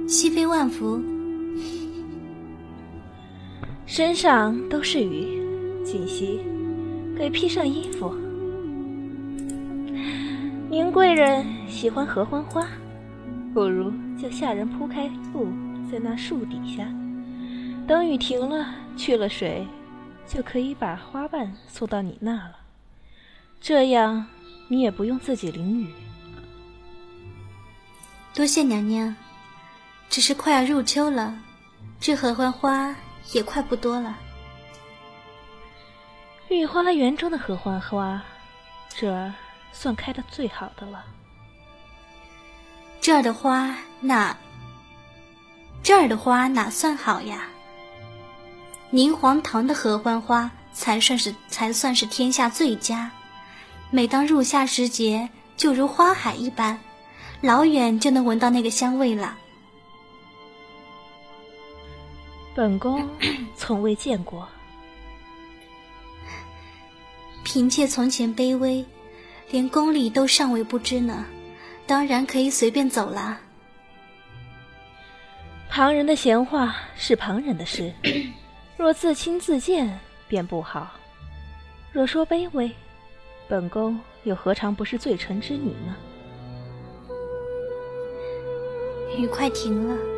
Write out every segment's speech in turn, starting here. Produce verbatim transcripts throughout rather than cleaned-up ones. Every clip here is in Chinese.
西非万福。 身上都是雨，锦溪，给披上衣服。您贵人喜欢合欢花，不如就下人铺开路，在那树底下，等雨停了，去了水，就可以把花瓣送到你那了。这样你也不用自己淋雨。 多谢娘娘，只是快要入秋了，这合欢花也快不多了。 御花园中的合欢花，这儿算开得最好的了。 这儿的花哪这儿的花哪算好呀？宁皇堂的合欢花才算是才算是天下最佳，每当入夏时节，就如花海一般，老远就能闻到那个香味了。 本宫从未见过。 嫔妾从前卑微，连宫里都尚未不知呢，当然可以随便走了。 旁人的闲话是旁人的事，若自亲自见便不好。若说卑微，本宫又何尝不是罪臣之女呢？ 雨快停了。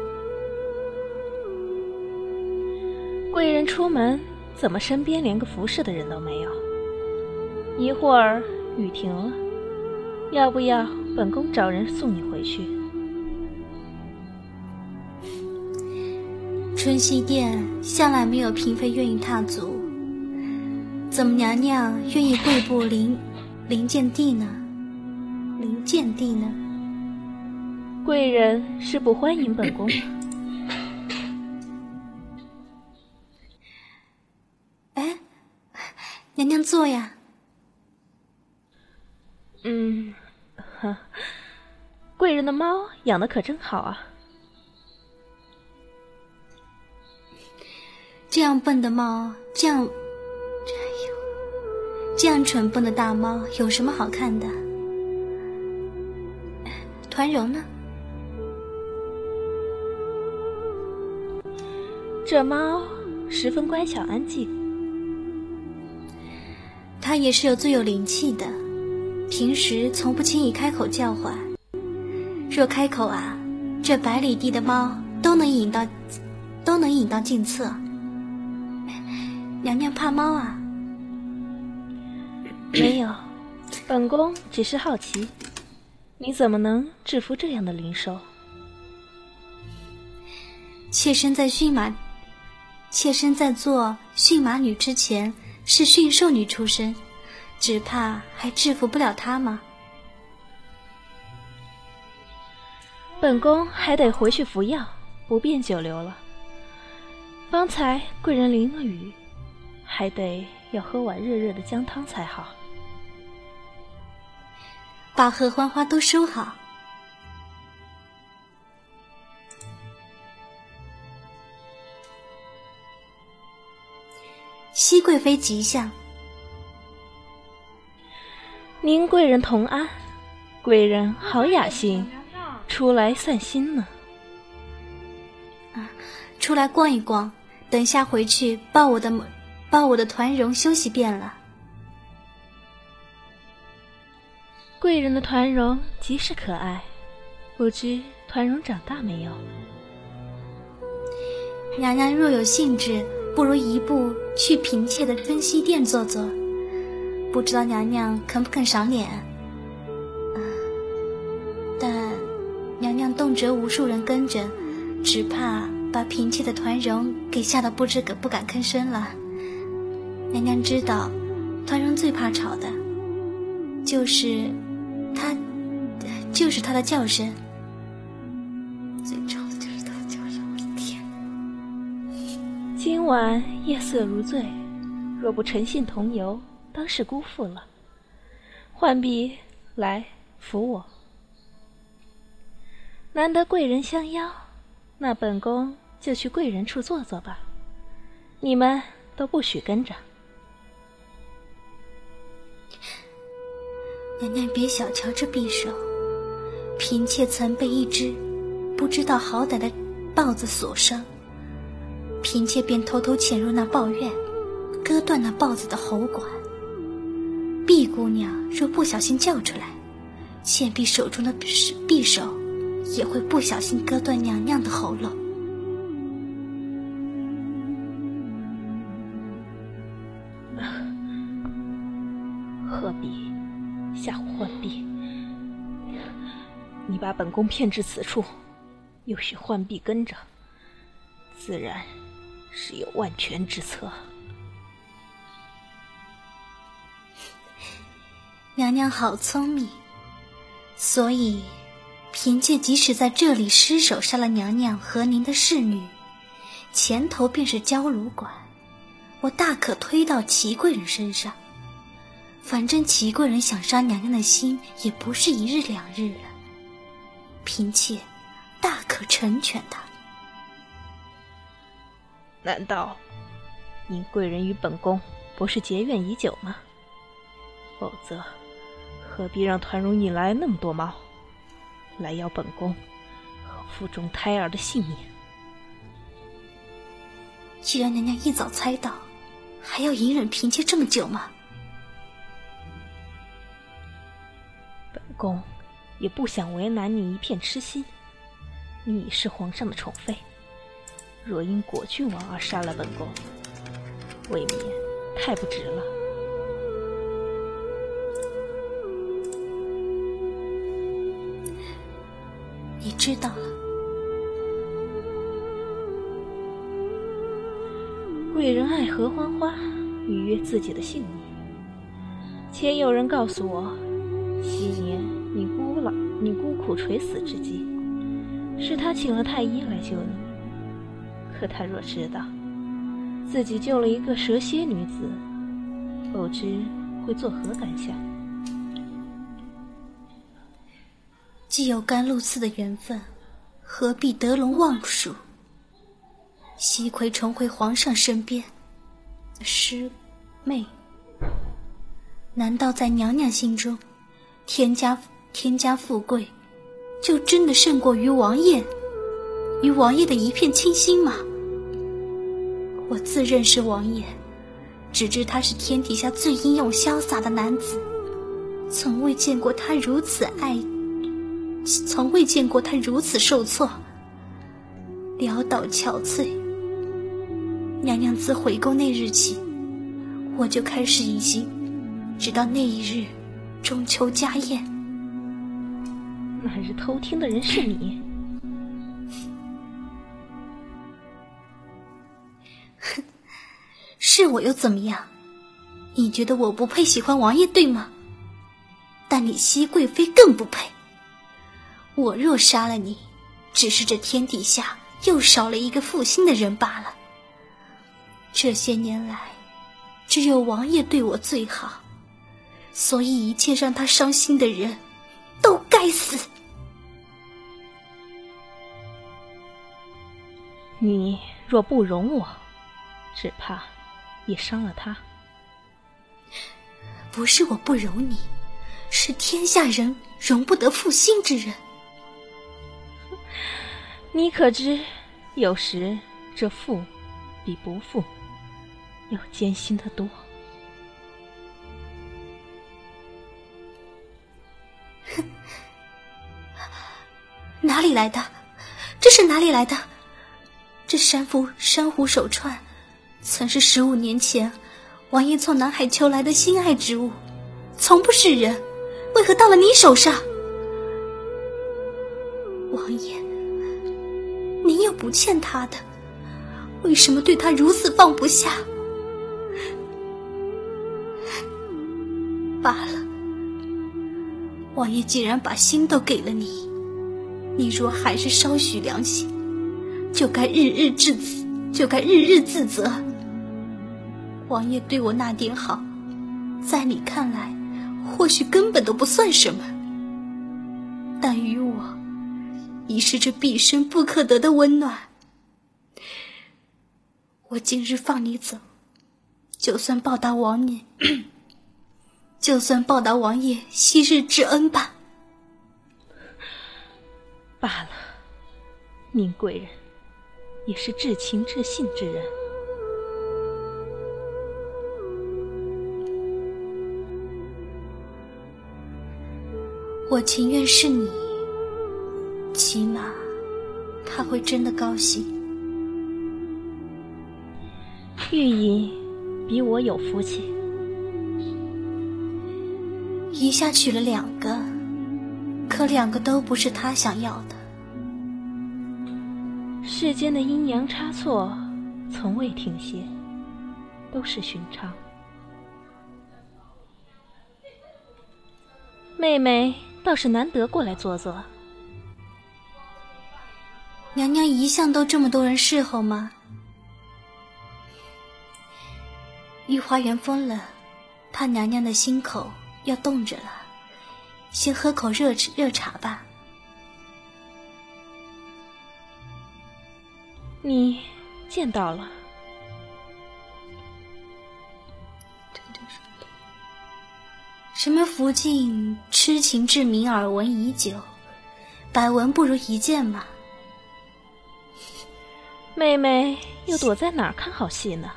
贵人出门，怎么身边连个服侍的人都没有？一会儿雨停了，要不要本宫找人送你回去？ 春熙殿向来没有嫔妃愿意踏足，怎么娘娘愿意跪步临临见地呢？临见地呢？ 贵人是不欢迎本宫吗？ 哎，娘娘坐呀。 嗯，呵，贵人的猫养得可真好啊。 这样笨的猫，这样，这样，这样蠢笨的大猫，有什么好看的？团柔呢？ 这猫十分乖巧安静， 它也是有最有灵气的，平时从不轻易开口叫唤，若开口啊，这百里地的猫都能引到，都能引到近侧。娘娘怕猫啊？ 没有，本宫只是好奇，你怎么能制服这样的灵兽？ 妾身在驯马，妾身在做驯马女之前是驯兽女出身，只怕还制服不了她吗？ 本宫还得回去服药，不便久留了。方才贵人淋了雨，还得要喝碗热热的姜汤才好。 把合欢花都收好。熹贵妃吉祥。 您贵人同安，贵人好雅兴，出来散心呢。 啊，出来逛一逛，等下回去抱我的抱我的团蓉休息遍了。 贵人的团蓉极是可爱，不知团蓉长大没有？ 娘娘若有兴致，不如移步去嫔妾的春熙殿坐坐，不知道娘娘肯不肯赏脸？啊，但娘娘动辄无数人跟着，只怕把嫔妾的团蓉给吓得不知个不敢吭声了。娘娘知道，团蓉最怕吵的，就是她，就是她的叫声。最吵的就是她的叫声，我的天！ 今晚夜色如醉，若不诚信同游，当是辜负了。浣碧，来扶我。难得贵人相邀，那本宫就去贵人处坐坐吧。你们都不许跟着。 娘娘别小瞧这匕首，嫔妾曾被一只不知道好歹的豹子所伤，嫔妾便偷偷潜入那豹院，割断那豹子的喉管。毕姑娘若不小心叫出来，倩婢手中的匕首也会不小心割断娘娘的喉咙。 何必吓唬浣碧？你把本宫骗至此处，又许浣碧跟着，自然是有万全之策。 娘娘好聪明，所以嫔妾即使在这里失手杀了娘娘和您的侍女，前头便是焦炉馆，我大可推到祺贵人身上。反正祺贵人想杀娘娘的心也不是一日两日了，嫔妾大可成全他。 难道您贵人与本宫不是结怨已久吗？否则何必让团荣引来那么多猫，来要本宫和腹中胎儿的性命？ 既然娘娘一早猜到，还要隐忍嫔妾这么久吗？ 本宫也不想为难你一片痴心，你已是皇上的宠妃，若因果郡王而杀了本宫，未免太不值了。 你知道了。 贵人爱合欢花，愉悦自己的性命。且有人告诉我，昔年你孤老你孤苦垂死之际，是他请了太医来救你。可他若知道自己救了一个蛇蝎女子，不知会作何感想？ 既有甘露寺的缘分，何必得陇望蜀？西葵重回皇上身边，师妹，难道在娘娘心中，天家天家富贵，就真的胜过于王爷，于王爷的一片倾心吗？我自认识王爷，只知他是天底下最英勇潇洒的男子，从未见过他如此爱，从未见过他如此受挫，潦倒憔悴。娘娘自回宫那日起，我就开始疑心，直到那一日中秋家宴。 那日偷听的人是你？ 是我又怎么样？你觉得我不配喜欢王爷对吗？但你熹贵妃更不配。我若杀了你，只是这天底下又少了一个负心的人罢了。这些年来，只有王爷对我最好，所以一切让他伤心的人都该死。 你若不容我，只怕也伤了他。 不是我不容你，是天下人容不得负心之人。 你可知，有时这负比不负要艰辛得多。 哼，哪里来的？这是哪里来的？这珊瑚珊瑚手串，曾是十五年前王爷从南海求来的心爱之物，从不是人，为何到了你手上？王爷，您又不欠他的，为什么对他如此放不下？罢了，王爷既然把心都给了你，你若还是稍许良心，就该日日自就该日日自责。王爷对我那点好，在你看来或许根本都不算什么，但于我已是这毕生不可得的温暖。我今日放你走，就算报答王爷就算报答王爷昔日之恩吧。 罢了， 宁贵人也是至情至信之人。 我情愿是你，起码他会真的高兴。 玉隐比我有福气， 一下娶了两个，可两个都不是他想要的。 世间的阴阳差错从未停歇，都是寻常。妹妹倒是难得过来坐坐。 娘娘一向都这么多人侍候吗？御花园封了，怕娘娘的心口要冻着了，先喝口热热茶吧。 你见到了。 什么福晋痴情至明，耳闻已久，百闻不如一见嘛。 妹妹又躲在哪儿看好戏呢？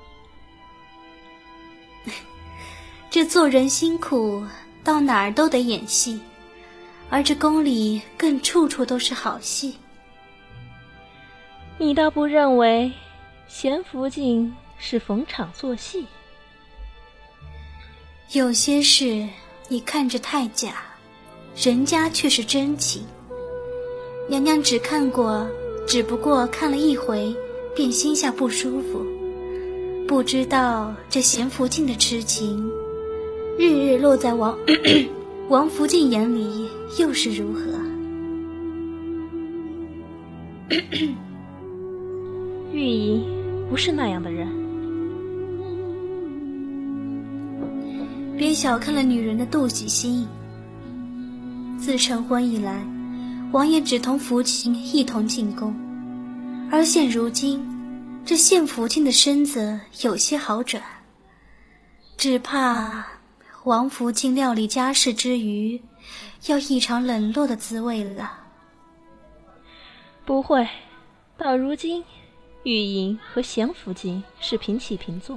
这做人辛苦，到哪儿都得演戏，而这宫里更处处都是好戏。 你倒不认为贤福晋是逢场作戏？ 有些事你看着太假，人家却是真情。娘娘只看过，只不过看了一回，便心下不舒服。不知道这贤福晋的痴情，日日落在王王福晋眼里又是如何？ 玉仪不是那样的人。 别小看了女人的妒忌心。自成婚以来，王爷只同福晋一同进宫，而现如今，这现福晋的身子有些好转，只怕王福晋料理家事之余，要一场冷落的滋味了。 不会，到如今，玉莹和贤福晋是平起平坐。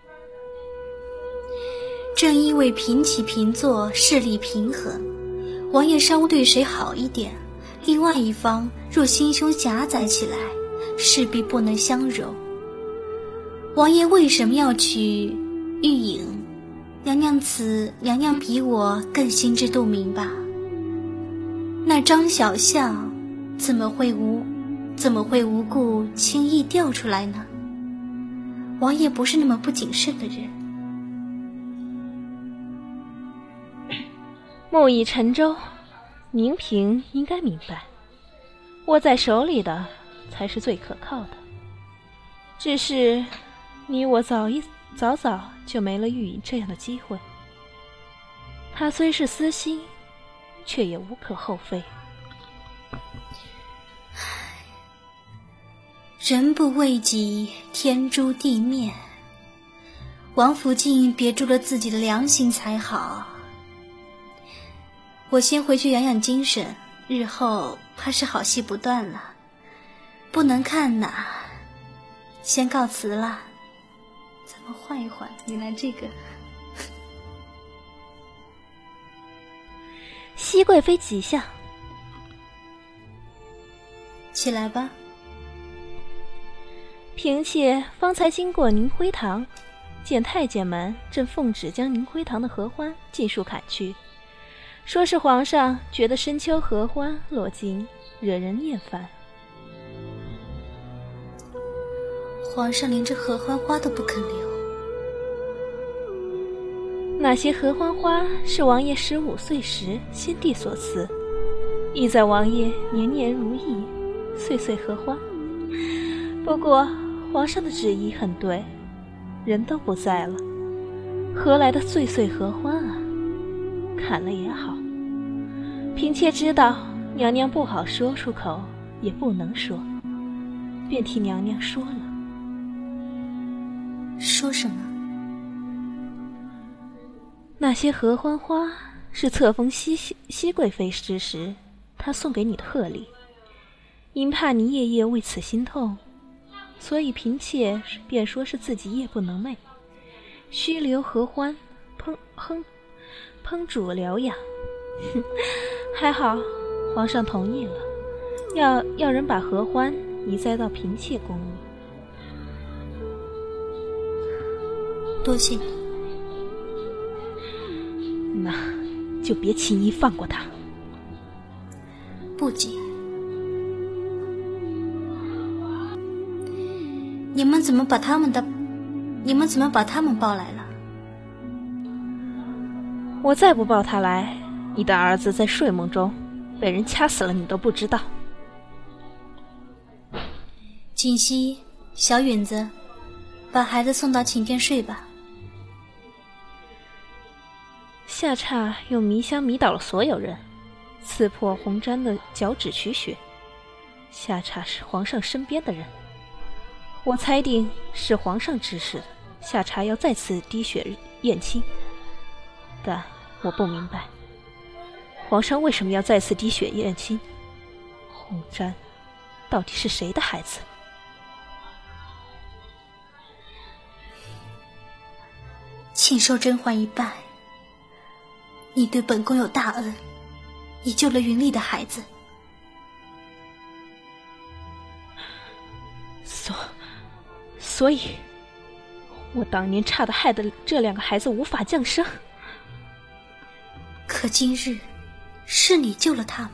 正因为平起平坐，势力平衡，王爷稍对谁好一点，另外一方若心胸狭窄起来，势必不能相容。王爷为什么要娶玉莹？娘娘此娘娘比我更心知肚明吧。那张小象怎么会无怎么会无故轻易掉出来呢？王爷不是那么不谨慎的人。 木已沉舟，宁嫔应该明白，握在手里的才是最可靠的。只是你我早一早早就没了玉隐这样的机会。他虽是私心，却也无可厚非。 人不为己，天诛地灭。王福晋别住了自己的良心才好。我先回去养养精神，日后怕是好戏不断了，不能看呐。先告辞了。咱们换一换，原来这个。 熹贵妃几下？ 起来吧。 嫔妾方才经过宁辉堂，见太监们正奉旨将宁辉堂的合欢尽数砍去，说是皇上觉得深秋合欢落尽，惹人厌烦。 皇上连这合欢花都不肯留。 那些合欢花是王爷十五岁时先帝所赐，意在王爷年年如意，岁岁合欢。不过皇上的旨意很对，人都不在了，何来的岁岁合欢啊？砍了也好。嫔妾知道娘娘不好说出口，也不能说，便替娘娘说了。 说什么？ 那些合欢花是册封熹熹贵妃之时，她送给你的贺礼。 因怕你夜夜为此心痛，所以嫔妾便说是自己夜不能寐，须留合欢烹烹烹煮疗养。还好皇上同意了，要要人把合欢移栽到嫔妾宫里。 多谢你。 那就别轻易放过他。 不急。你们怎么把他们的你们怎么把他们抱来了？ 我再不抱他来，你的儿子在睡梦中被人掐死了，你都不知道。 锦溪，小允子，把孩子送到寝殿睡吧。 夏刹用迷香迷倒了所有人，刺破红毡的脚趾取血。夏刹是皇上身边的人，我猜定是皇上指使的，夏刹要再次滴血验亲。但我不明白，皇上为什么要再次滴血验亲？红毡到底是谁的孩子？ 请受甄嬛一拜。你对本宫有大恩，你救了云丽的孩子。 所所以我当年差的害得这两个孩子无法降生。 可今日是你救了他们。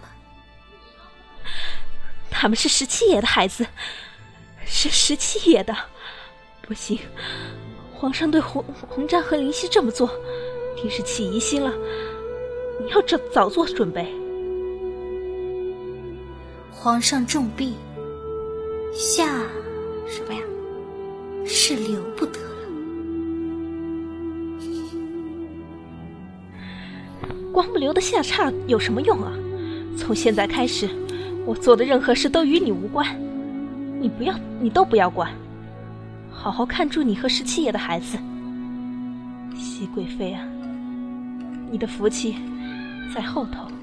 他们是十七爷的孩子，是十七爷的。不行，皇上对红红毡和灵犀这么做，定是起疑心了。你要早早做准备。 皇上重病，夏什么呀？是留不得了。 光不留的夏刹有什么用啊？从现在开始，我做的任何事都与你无关，你不要，你都不要管。好好看住你和十七爷的孩子。熹贵妃啊，你的福气在后头。